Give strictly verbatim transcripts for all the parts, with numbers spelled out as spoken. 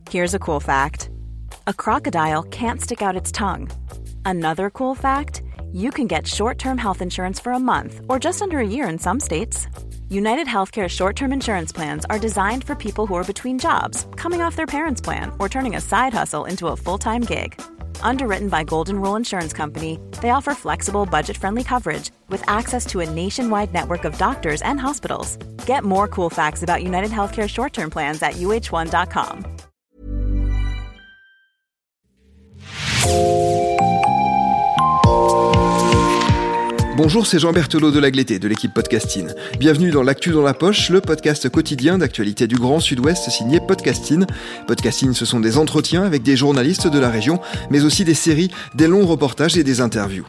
Here's a cool fact. A crocodile can't stick out its tongue. Another cool fact, you can get short-term health insurance for a month or just under a year in some states. United Healthcare short-term insurance plans are designed for people who are between jobs, coming off their parents' plan, or turning a side hustle into a full-time gig. Underwritten by Golden Rule Insurance Company, they offer flexible, budget-friendly coverage with access to a nationwide network of doctors and hospitals. Get more cool facts about United Healthcare short-term plans at U H one dot com. Bonjour, c'est Jean Berthelot de Lagleté, de l'équipe Podcasting. Bienvenue dans l'Actu dans la poche, le podcast quotidien d'actualité du Grand Sud-Ouest signé Podcasting. Podcasting, ce sont des entretiens avec des journalistes de la région, mais aussi des séries, des longs reportages et des interviews.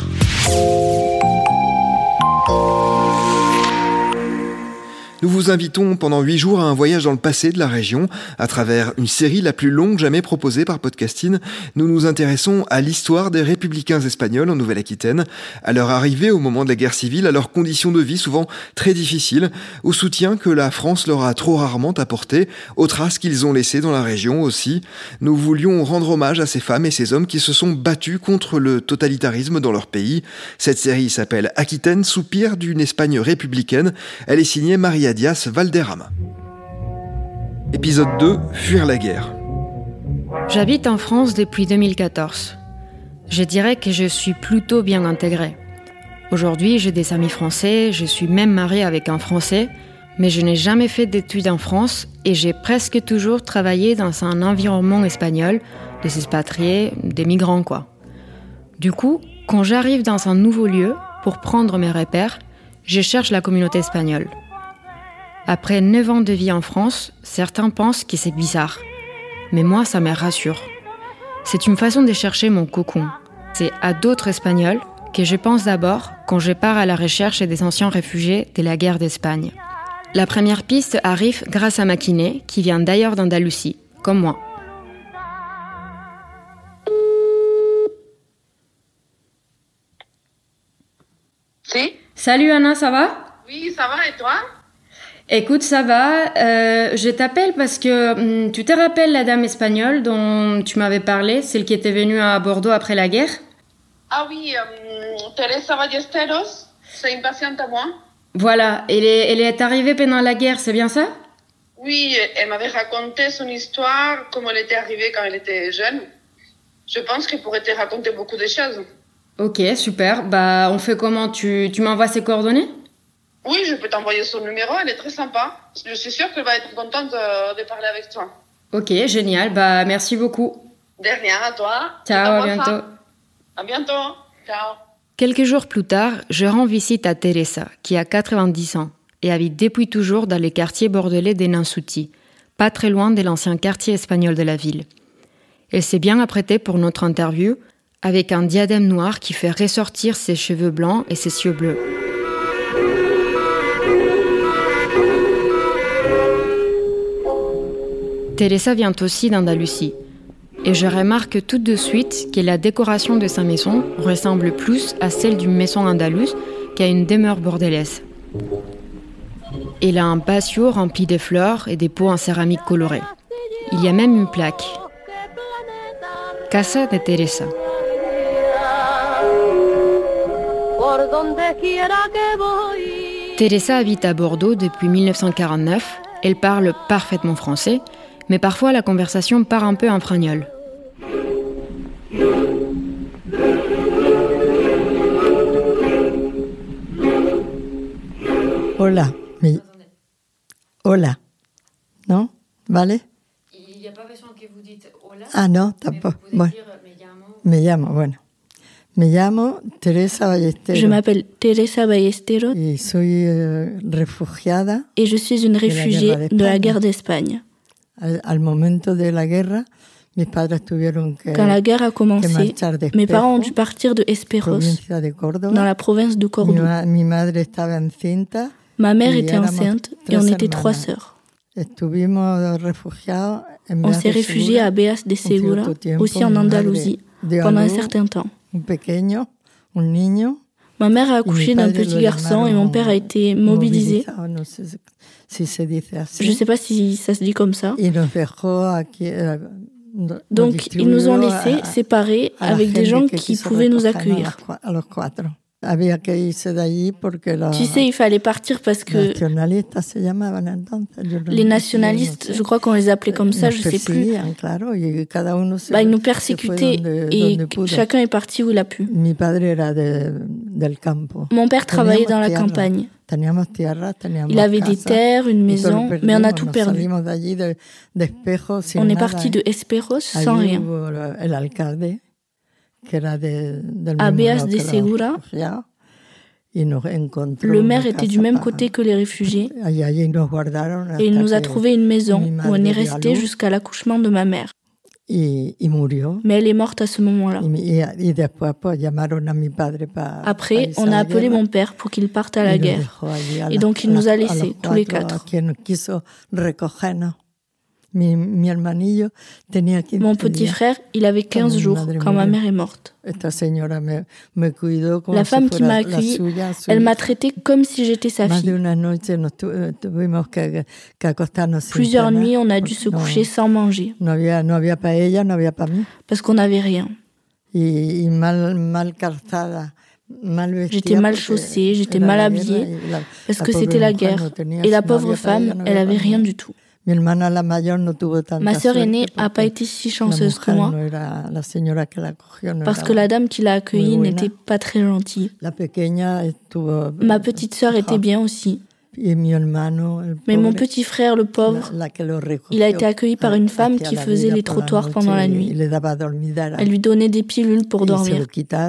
Nous vous invitons pendant huit jours à un voyage dans le passé de la région. À travers une série la plus longue jamais proposée par Podcasting, nous nous intéressons à l'histoire des républicains espagnols en Nouvelle-Aquitaine, à leur arrivée au moment de la guerre civile, à leurs conditions de vie souvent très difficiles, au soutien que la France leur a trop rarement apporté, aux traces qu'ils ont laissées dans la région aussi. Nous voulions rendre hommage à ces femmes et ces hommes qui se sont battus contre le totalitarisme dans leur pays. Cette série s'appelle Aquitaine, soupir d'une Espagne républicaine. Elle est signée Maria Diaz Valderrama. Épisode deux, fuir la guerre. J'habite en France depuis deux mille quatorze. Je dirais que je suis plutôt bien intégrée. Aujourd'hui, j'ai des amis français, je suis même mariée avec un Français, mais je n'ai jamais fait d'études en France et j'ai presque toujours travaillé dans un environnement espagnol, des expatriés, des migrants quoi. Du coup, quand j'arrive dans un nouveau lieu pour prendre mes repères, je cherche la communauté espagnole. Après neuf ans de vie en France, certains pensent que c'est bizarre. Mais moi, ça me rassure. C'est une façon de chercher mon cocon. C'est à d'autres Espagnols que je pense d'abord quand je pars à la recherche des anciens réfugiés de la guerre d'Espagne. La première piste arrive grâce à ma kiné, qui vient d'ailleurs d'Andalousie, comme moi. Si. Salut Anna, ça va ? Oui, ça va et toi ? Écoute, ça va. Euh, je t'appelle parce que hum, tu te rappelles la dame espagnole dont tu m'avais parlé, celle qui était venue à Bordeaux après la guerre ? Ah oui, euh, Teresa Ballesteros, c'est une patiente à moi. Voilà, elle est, elle est arrivée pendant la guerre, c'est bien ça ? Oui, elle m'avait raconté son histoire, comment elle était arrivée quand elle était jeune. Je pense qu'elle pourrait te raconter beaucoup de choses. Ok, super. Bah, on fait comment ? Tu, tu m'envoies ses coordonnées ? Oui, je peux t'envoyer son numéro, elle est très sympa. Je suis sûre qu'elle va être contente de, de parler avec toi. Ok, génial. Bah, merci beaucoup. De rien, à toi. Ciao, à bientôt. Ça. À bientôt. Ciao. Quelques jours plus tard, je rends visite à Teresa, qui a quatre-vingt-dix ans, et habite depuis toujours dans les quartiers bordelais des Nansouty, pas très loin de l'ancien quartier espagnol de la ville. Elle s'est bien apprêtée pour notre interview, avec un diadème noir qui fait ressortir ses cheveux blancs et ses yeux bleus. Teresa vient aussi d'Andalousie, et je remarque tout de suite que la décoration de sa maison ressemble plus à celle d'une maison andalouse qu'à une demeure bordelaise. Elle a un patio rempli de fleurs et des pots en céramique colorée. Il y a même une plaque. Casa de Teresa. Teresa habite à Bordeaux depuis dix-neuf cent quarante-neuf. Elle parle parfaitement français, mais parfois la conversation part un peu en fragnole. Hola, mais... Hola, non? Vale? Il n'y a pas besoin que vous dites hola. Ah non, tampoco. Bueno. Me llamo, bueno. Me llamo Teresa Ballesteros. Je m'appelle Teresa Ballesteros. Y soy uh, refugiada. Et je suis une réfugiée de la guerre d'Espagne. Al, al momento de la guerra, mis padres tuvieron que Quand la guerre a commencé, mes parents ont dû partir de Esperos, de Córdoba, dans la province de Cordoue. Mi, ma, mi madre estaba encinta. Ma mère était enceinte et on était trois sœurs. On s'est réfugiés à Beas de Segura, aussi en Andalousie, pendant un certain temps. Ma mère a accouché d'un petit garçon et mon père a été mobilisé. Je ne sais pas si ça se dit comme ça. Donc, ils nous ont laissés séparés avec des gens qui pouvaient nous accueillir. Tu sais, il fallait partir parce que les nationalistes, je crois qu'on les appelait comme ça, je ne sais plus, bah, ils nous persécutaient et chacun est parti où il a pu. Mon père travaillait dans la campagne. Il avait des terres, une maison, mais on a tout perdu. On est parti de Esperos sans rien. Abeas de Segura. Le maire était du même côté que les réfugiés et il nous a trouvé une maison où on est resté jusqu'à l'accouchement de ma mère. Mais elle est morte à ce moment-là. Après, on a appelé mon père pour qu'il parte à la guerre. Et donc il nous a laissés, tous les quatre. Mon petit frère, il avait quinze jours quand ma mère est morte. La femme qui m'a accueillie, elle m'a traité comme si j'étais sa fille. Plusieurs nuits, on a dû se coucher sans manger. Parce qu'on n'avait rien. J'étais mal chaussée, j'étais mal habillée, parce que c'était la guerre. Et la pauvre femme, elle avait rien du tout. Ma sœur aînée n'a pas été si chanceuse que moi, parce que la dame qui l'a accueillie n'était pas très gentille. Ma petite sœur était bien aussi. Mais mon petit frère, le pauvre, il a été accueilli par une femme qui faisait les trottoirs pendant la nuit. Elle lui donnait des pilules pour dormir.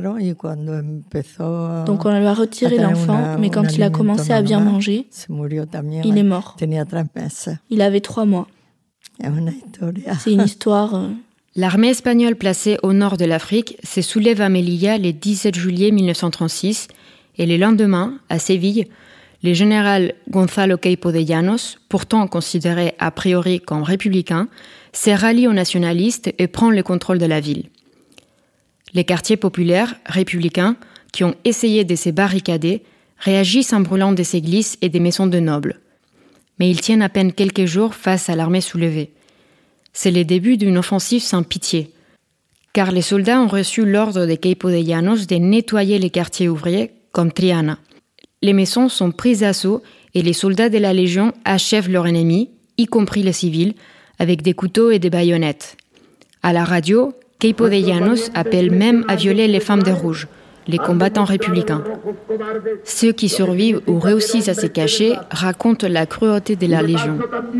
Donc on lui a retiré l'enfant, mais quand il a commencé à bien manger, il est mort. Il avait trois mois. C'est une histoire... Euh... L'armée espagnole placée au nord de l'Afrique se soulève à Melilla le dix-sept juillet mille neuf cent trente-six et le lendemain, à Séville, le général Gonzalo Queipo de Llanos, pourtant considéré a priori comme républicain, se rallie aux nationalistes et prend le contrôle de la ville. Les quartiers populaires républicains, qui ont essayé de se barricader, réagissent en brûlant des églises et des maisons de nobles. Mais ils tiennent à peine quelques jours face à l'armée soulevée. C'est le début d'une offensive sans pitié, car les soldats ont reçu l'ordre de Queipo de Llanos de nettoyer les quartiers ouvriers comme Triana. Les maisons sont prises d'assaut et les soldats de la Légion achèvent leur ennemi, y compris les civils, avec des couteaux et des baïonnettes. À la radio, Queipo de Llanos appelle même à violer les femmes de rouge, les combattants républicains. Ceux qui survivent ou réussissent à se cacher racontent la cruauté de la Légion.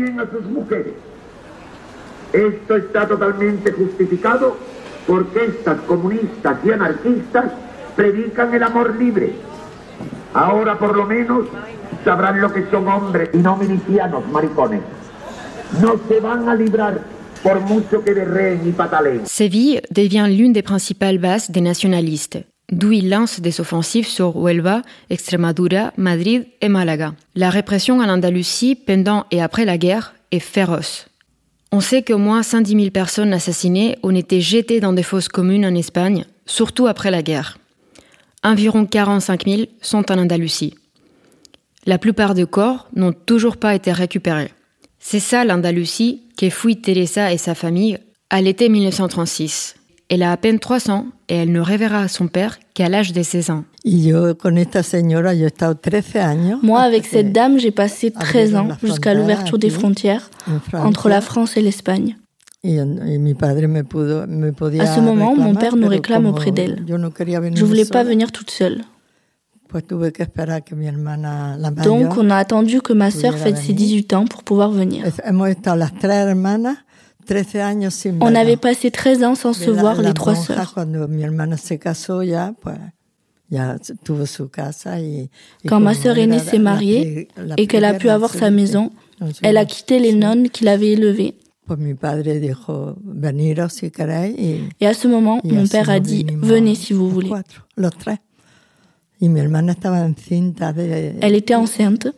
Esto está totalmente justificado porque estas comunistas y anarquistas predican el amor libre. Ahora por lo menos sabrán lo que son hombres y no milicianos maricones. No se van a librar por mucho que berreen y pataleen. Séville devient l'une des principales bases des nationalistes, d'où ils lancent des offensives sur Huelva, Extremadura, Madrid et Malaga. La répression en Andalousie pendant et après la guerre est féroce. On sait qu'au moins cent dix mille personnes assassinées ont été jetées dans des fosses communes en Espagne, surtout après la guerre. Environ quarante-cinq mille sont en Andalousie. La plupart des corps n'ont toujours pas été récupérés. C'est ça l'Andalousie que fuit Teresa et sa famille à l'été mille neuf cent trente-six. Elle a à peine trois ans et elle ne reverra son père qu'à l'âge de seize ans. Moi, avec cette dame, j'ai passé treize ans jusqu'à l'ouverture des frontières entre la France et l'Espagne. À ce moment, mon père nous réclame auprès d'elle. Je ne voulais pas venir toute seule. Donc, on a attendu que ma sœur fête ses dix-huit ans pour pouvoir venir. On avait passé treize ans sans se voir, les trois sœurs. Quand ma sœur aînée s'est mariée et qu'elle a pu avoir sa maison, elle a quitté les nonnes qui l'avaient élevée. Et à ce moment, mon père a dit « Venez si vous voulez ». Elle était enceinte.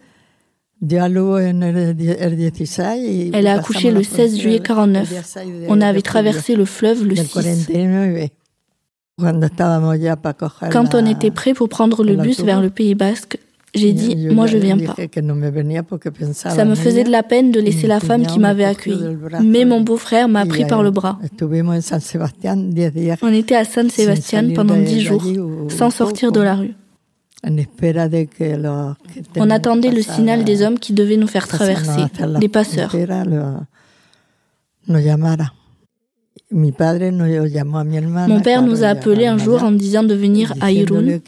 Elle a accouché le seize juillet quarante-neuf. On avait traversé le fleuve le six. Quand on était prêt pour prendre le bus vers le Pays Basque, j'ai dit « moi je viens pas ». Ça me faisait de la peine de laisser la femme qui m'avait accueilli. Mais mon beau-frère m'a pris par le bras. On était à San Sebastián pendant dix jours, sans sortir de la rue. On attendait le signal des hommes qui devaient nous faire traverser, des passeurs. Mon père nous a appelés un jour en disant de venir à Irún.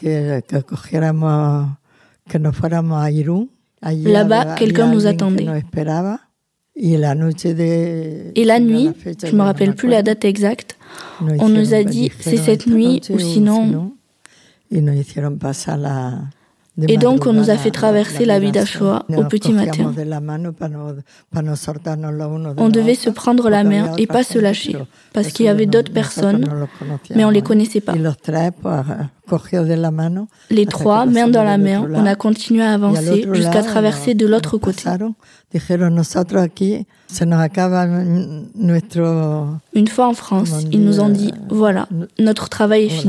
Là-bas, quelqu'un nous attendait. Et la nuit, je ne me rappelle plus la date exacte, on nous a dit c'est cette nuit ou sinon... Et donc, on nous a fait traverser la Bidasoa au petit matin. On devait se prendre la main et pas se lâcher, parce qu'il y avait d'autres personnes, mais on ne les connaissait pas. Les trois, main dans la main, on a continué à avancer jusqu'à traverser de l'autre côté. Une fois en France, ils nous ont dit « Voilà, notre travail est fini ».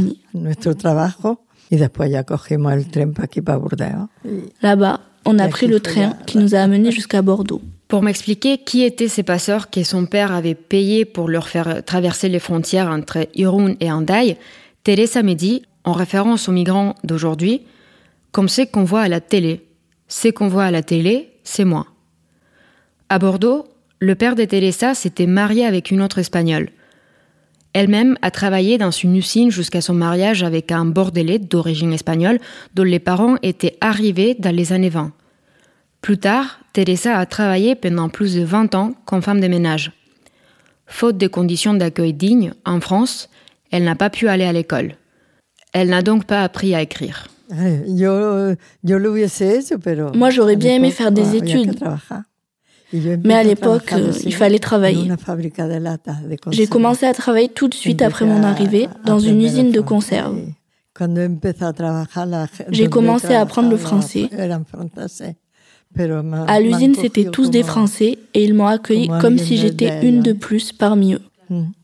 Là-bas, on a pris le train qui nous a amenés jusqu'à Bordeaux. Pour m'expliquer qui étaient ces passeurs que son père avait payés pour leur faire traverser les frontières entre Irún et Hendaye, Teresa me dit, en référence aux migrants d'aujourd'hui, comme ce qu'on voit à la télé. Ce qu'on voit à la télé, c'est moi. À Bordeaux, le père de Teresa s'était marié avec une autre Espagnole. Elle-même a travaillé dans une usine jusqu'à son mariage avec un Bordelais d'origine espagnole dont les parents étaient arrivés dans les années vingt. Plus tard, Teresa a travaillé pendant plus de vingt ans comme femme de ménage. Faute de conditions d'accueil dignes en France, elle n'a pas pu aller à l'école. Elle n'a donc pas appris à écrire. Moi, j'aurais bien aimé faire des études. Mais à l'époque, il fallait travailler. J'ai commencé à travailler tout de suite après mon arrivée dans une usine de conserve. J'ai commencé à apprendre le français. À l'usine, c'était tous des Français et ils m'ont accueilli comme si j'étais une de plus parmi eux.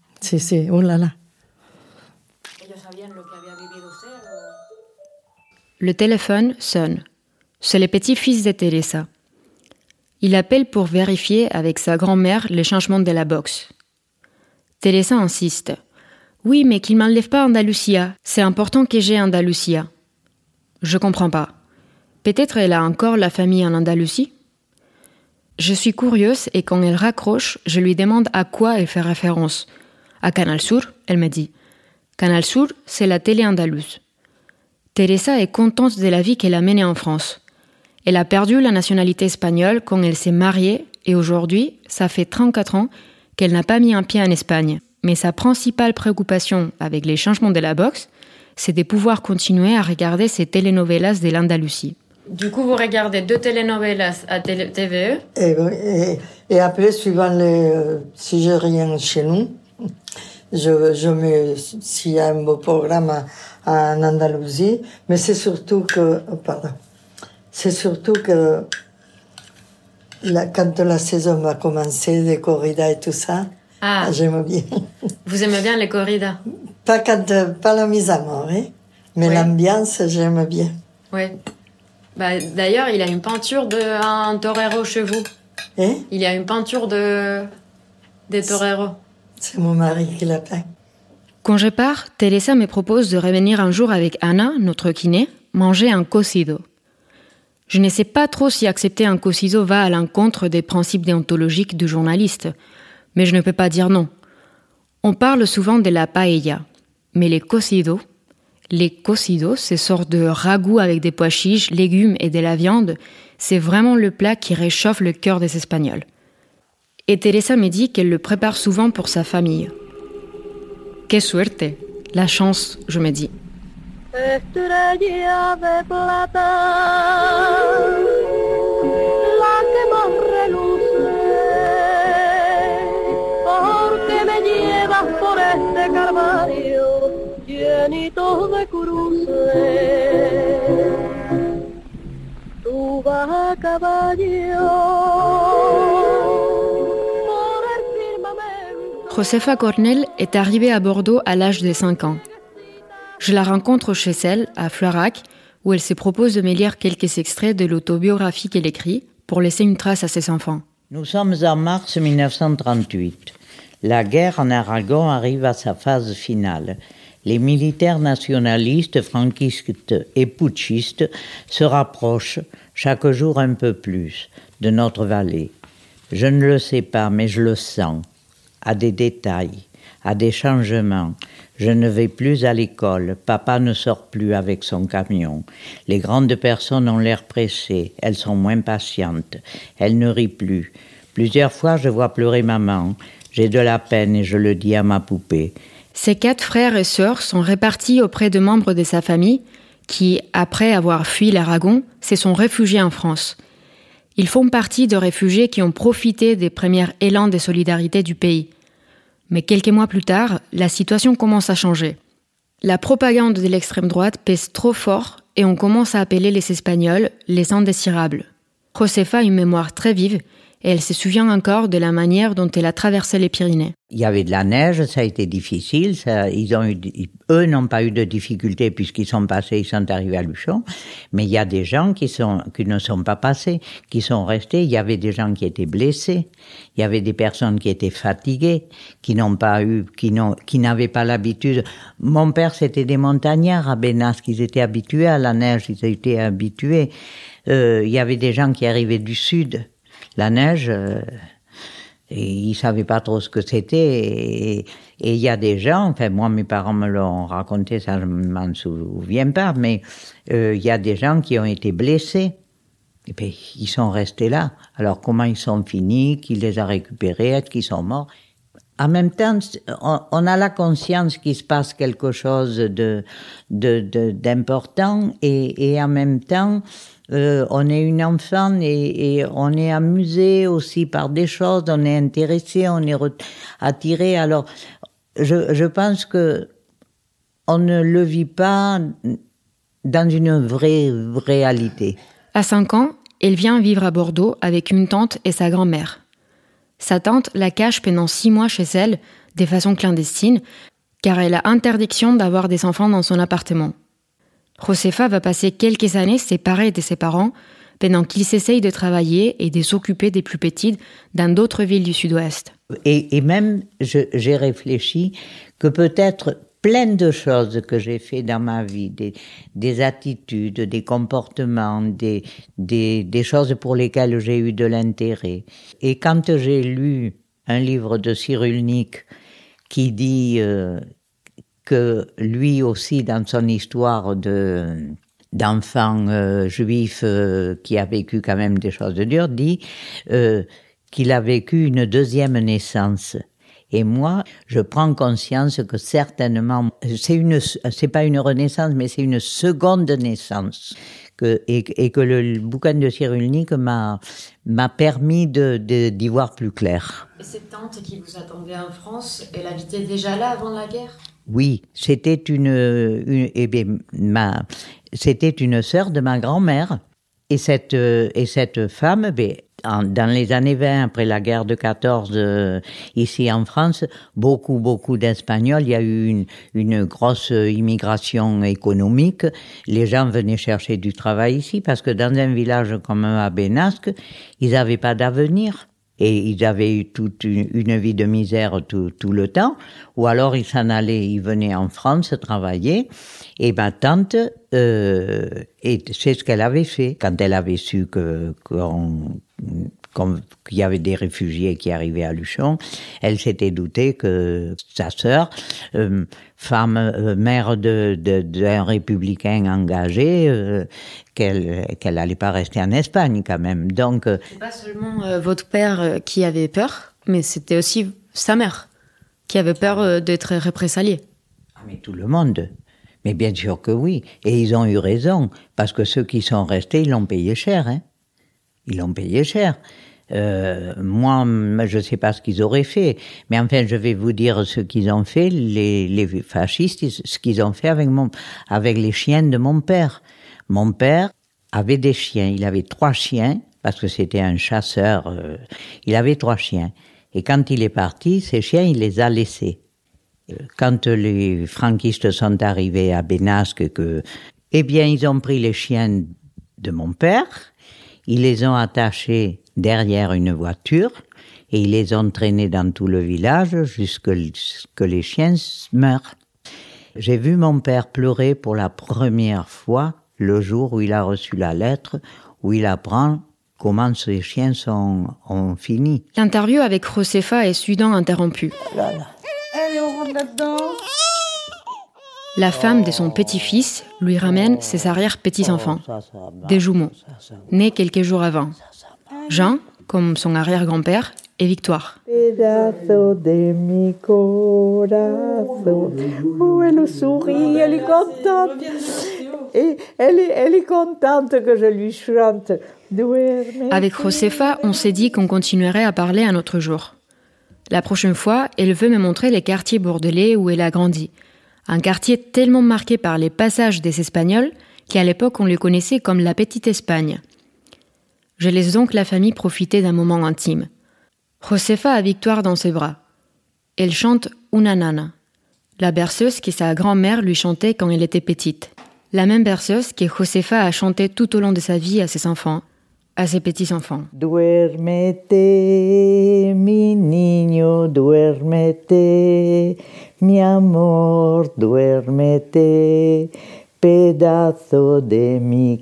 Le téléphone sonne. C'est le petit-fils de Teresa. Il appelle pour vérifier avec sa grand-mère le changement de la box. Teresa insiste. « Oui, mais qu'il ne m'enlève pas Andalusia. C'est important que j'ai Andalusia. » Je comprends pas. Peut-être elle a encore la famille en Andalousie ? Je suis curieuse et quand elle raccroche, je lui demande à quoi elle fait référence. À Canal Sur, elle me dit. Canal Sur, c'est la télé andalouse. Teresa est contente de la vie qu'elle a menée en France. Elle a perdu la nationalité espagnole quand elle s'est mariée et aujourd'hui, ça fait trente-quatre ans qu'elle n'a pas mis un pied en Espagne. Mais sa principale préoccupation avec les changements de la box, c'est de pouvoir continuer à regarder ces telenovelas de l'Andalousie. Du coup, vous regardez deux telenovelas à T V E et, et, et après, suivant les, euh, si j'ai rien chez nous, je, je mets, s'il y a un beau programme en Andalousie, mais c'est surtout que, oh, pardon, c'est surtout que la, quand la saison va commencer, les corridas et tout ça, ah. J'aime bien. Vous aimez bien les corridas? Pas, quand, pas la mise à mort, hein, mais oui. L'ambiance, j'aime bien. Oui. Bah, d'ailleurs, il a une peinture d'un torero chez vous. Hein? Il y a une peinture de des toreros. C'est mon mari qui l'a peint. Quand je pars, Teresa me propose de revenir un jour avec Anna, notre kiné, manger un cocido. Je ne sais pas trop si accepter un cocido va à l'encontre des principes déontologiques du journaliste, mais je ne peux pas dire non. On parle souvent de la paella, mais les cocidos, les cocidos, ces sortes de ragoûts avec des pois chiches, légumes et de la viande, c'est vraiment le plat qui réchauffe le cœur des Espagnols. Et Teresa me dit qu'elle le prépare souvent pour sa famille. Que suerte, la chance, je me dis. Estrella de plata, la que más reluce, porque me llevas por este calvario llenito de cruces. Tú vas a caballo por el firmamento. Josefa Cornell est arrivée à Bordeaux à l'âge de cinq ans. Je la rencontre chez elle, à Floirac, où elle se propose de me lire quelques extraits de l'autobiographie qu'elle écrit pour laisser une trace à ses enfants. Nous sommes en mars mille neuf cent trente-huit. La guerre en Aragon arrive à sa phase finale. Les militaires nationalistes, franquistes et putschistes se rapprochent chaque jour un peu plus de notre vallée. Je ne le sais pas, mais je le sens, à des détails, à des changements. Je ne vais plus à l'école, papa ne sort plus avec son camion. Les grandes personnes ont l'air pressées, elles sont moins patientes, elles ne rient plus. Plusieurs fois, je vois pleurer maman. J'ai de la peine et je le dis à ma poupée. Ses quatre frères et sœurs sont répartis auprès de membres de sa famille qui, après avoir fui l'Aragon, se sont réfugiés en France. Ils font partie de réfugiés qui ont profité des premiers élans de solidarité du pays. Mais quelques mois plus tard, la situation commence à changer. La propagande de l'extrême droite pèse trop fort et on commence à appeler les Espagnols les indésirables. Josefa a une mémoire très vive et elle se souvient encore de la manière dont elle a traversé les Pyrénées. Il y avait de la neige, ça a été difficile. Ça, ils ont eu, eux n'ont pas eu de difficultés puisqu'ils sont passés, ils sont arrivés à Luchon. Mais il y a des gens qui sont, qui ne sont pas passés, qui sont restés. Il y avait des gens qui étaient blessés. Il y avait des personnes qui étaient fatiguées, qui n'ont pas eu, qui n'ont, qui n'avaient pas l'habitude. Mon père, c'était des montagnards à Bénasque. Ils étaient habitués à la neige, ils étaient habitués. Euh, il y avait des gens qui arrivaient du sud. La neige, euh, et ils savaient pas trop ce que c'était. Et il y a des gens, enfin moi mes parents me l'ont raconté, ça je m'en souviens pas, mais il euh, y a des gens qui ont été blessés. Et puis ils sont restés là. Alors comment ils sont finis, qui les a récupérés, est-ce qu'ils sont morts? En même temps, on, on a la conscience qu'il se passe quelque chose de, de, de d'important et, et en même temps, euh, on est une enfant et, et on est amusé aussi par des choses, on est intéressé, on est attiré. Alors, je, je pense que on ne le vit pas dans une vraie réalité. À cinq ans, elle vient vivre à Bordeaux avec une tante et sa grand-mère. Sa tante la cache pendant six mois chez elle, de façon clandestine, car elle a interdiction d'avoir des enfants dans son appartement. Josefa va passer quelques années séparée de ses parents, pendant qu'ils s'essayent de travailler et de s'occuper des plus petites dans d'autres villes du sud-ouest. Et, et même, je, j'ai réfléchi que peut-être plein de choses que j'ai fait dans ma vie, des, des attitudes, des comportements, des, des, des choses pour lesquelles j'ai eu de l'intérêt. Et quand j'ai lu un livre de Cyrulnik qui dit euh, que lui aussi, dans son histoire de, d'enfant euh, juif euh, qui a vécu quand même des choses dures, dit euh, qu'il a vécu une deuxième naissance. Et moi, je prends conscience que certainement, c'est une, c'est pas une renaissance, mais c'est une seconde naissance. Que, et, et que le, le bouquin de Cyrulnik m'a, m'a permis de, de, d'y voir plus clair. Et cette tante qui vous attendait en France, elle habitait déjà là avant la guerre? Oui, c'était une, une eh bien, ma, c'était une sœur de ma grand-mère. Et cette, et cette femme, ben, en, dans les années vingt, après la guerre de quatorze, euh, ici en France, beaucoup, beaucoup d'Espagnols, il y a eu une, une grosse immigration économique. Les gens venaient chercher du travail ici parce que dans un village comme à Bénasque, ils n'avaient pas d'avenir. Et ils avaient eu toute une, une vie de misère tout, tout le temps, ou alors ils s'en allaient, ils venaient en France travailler, et ma tante, euh, et c'est ce qu'elle avait fait. Quand elle avait su que, qu'on, qu'on, qu'il y avait des réfugiés qui arrivaient à Luchon, elle s'était doutée que sa sœur, euh, femme, euh, mère de, de, d'un républicain engagé, euh, qu'elle, qu'elle allait pas rester en Espagne quand même. Donc, euh, c'est pas seulement euh, votre père euh, qui avait peur, mais c'était aussi sa mère qui avait peur euh, d'être répresaliée. Ah, mais tout le monde. Mais bien sûr que oui. Et ils ont eu raison, parce que ceux qui sont restés, ils l'ont payé cher, hein. Ils l'ont payé cher. Euh, moi, je sais pas ce qu'ils auraient fait, mais enfin, je vais vous dire ce qu'ils ont fait, les, les fascistes, ce qu'ils ont fait avec mon, avec les chiens de mon père. Mon père avait des chiens, il avait trois chiens, parce que c'était un chasseur, euh, il avait trois chiens. Et quand il est parti, ces chiens, il les a laissés. Quand les franquistes sont arrivés à Benasque, que, eh bien, ils ont pris les chiens de mon père, ils les ont attachés derrière une voiture et ils les ont traînés dans tout le village jusqu'à ce que les chiens meurent. J'ai vu mon père pleurer pour la première fois le jour où il a reçu la lettre, où il apprend comment ces chiens sont, ont fini. L'interview avec Josefa est soudain interrompue. Allez, on rentre là-dedans. La femme de son petit-fils lui ramène ses arrière-petits-enfants, des jumeaux, nés quelques jours avant. Jean, comme son arrière-grand-père, et Victoire. Pedazo de mi corazón. Oh, elle sourit, elle est contente. Et elle est, elle est contente que je lui chante. Avec Josefa, on s'est dit qu'on continuerait à parler un autre jour. La prochaine fois, elle veut me montrer les quartiers bordelais où elle a grandi. Un quartier tellement marqué par les passages des Espagnols qu'à l'époque on le connaissait comme la Petite Espagne. Je laisse donc la famille profiter d'un moment intime. Josefa a Victoire dans ses bras. Elle chante Una nana, la berceuse que sa grand-mère lui chantait quand elle était petite. La même berceuse que Josefa a chantée tout au long de sa vie à ses enfants, à ses petits-enfants. Duérmete, mi niño, duérmete, mi amor, duérmete, pedazo de mi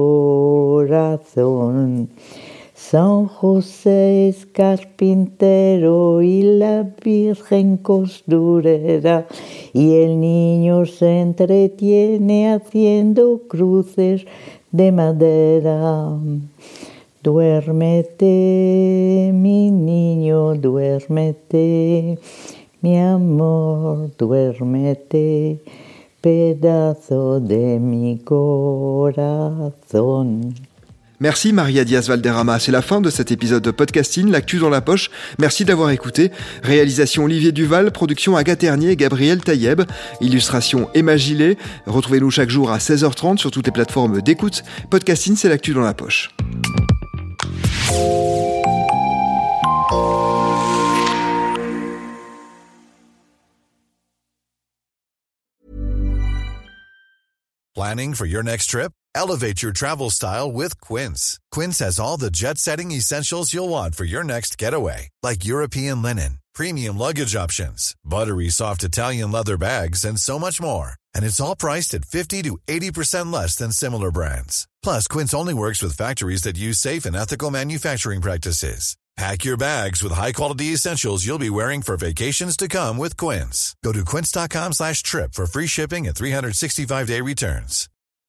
corazón. San José es carpintero y la Virgen costurera, y el niño se entretiene haciendo cruces de madera. Duérmete, mi niño, duérmete, mi amor, duérmete, pedazo de mi corazón. Merci Maria Diaz-Valderrama, c'est la fin de cet épisode de Podcasting, l'actu dans la poche. Merci d'avoir écouté. Réalisation Olivier Duval, production Agathe Ternier et Gabriel Taïeb, illustration Emma Gillet. Retrouvez-nous chaque jour à seize heures trente sur toutes les plateformes d'écoute. Podcasting, c'est l'actu dans la poche. Planning for your next trip? Elevate your travel style with Quince. Quince has all the jet-setting essentials you'll want for your next getaway, like European linen, premium luggage options, buttery soft Italian leather bags, and so much more. And it's all priced at fifty to eighty percent less than similar brands. Plus, Quince only works with factories that use safe and ethical manufacturing practices. Pack your bags with high-quality essentials you'll be wearing for vacations to come with Quince. Go to quince.com slash trip for free shipping and three sixty-five day returns.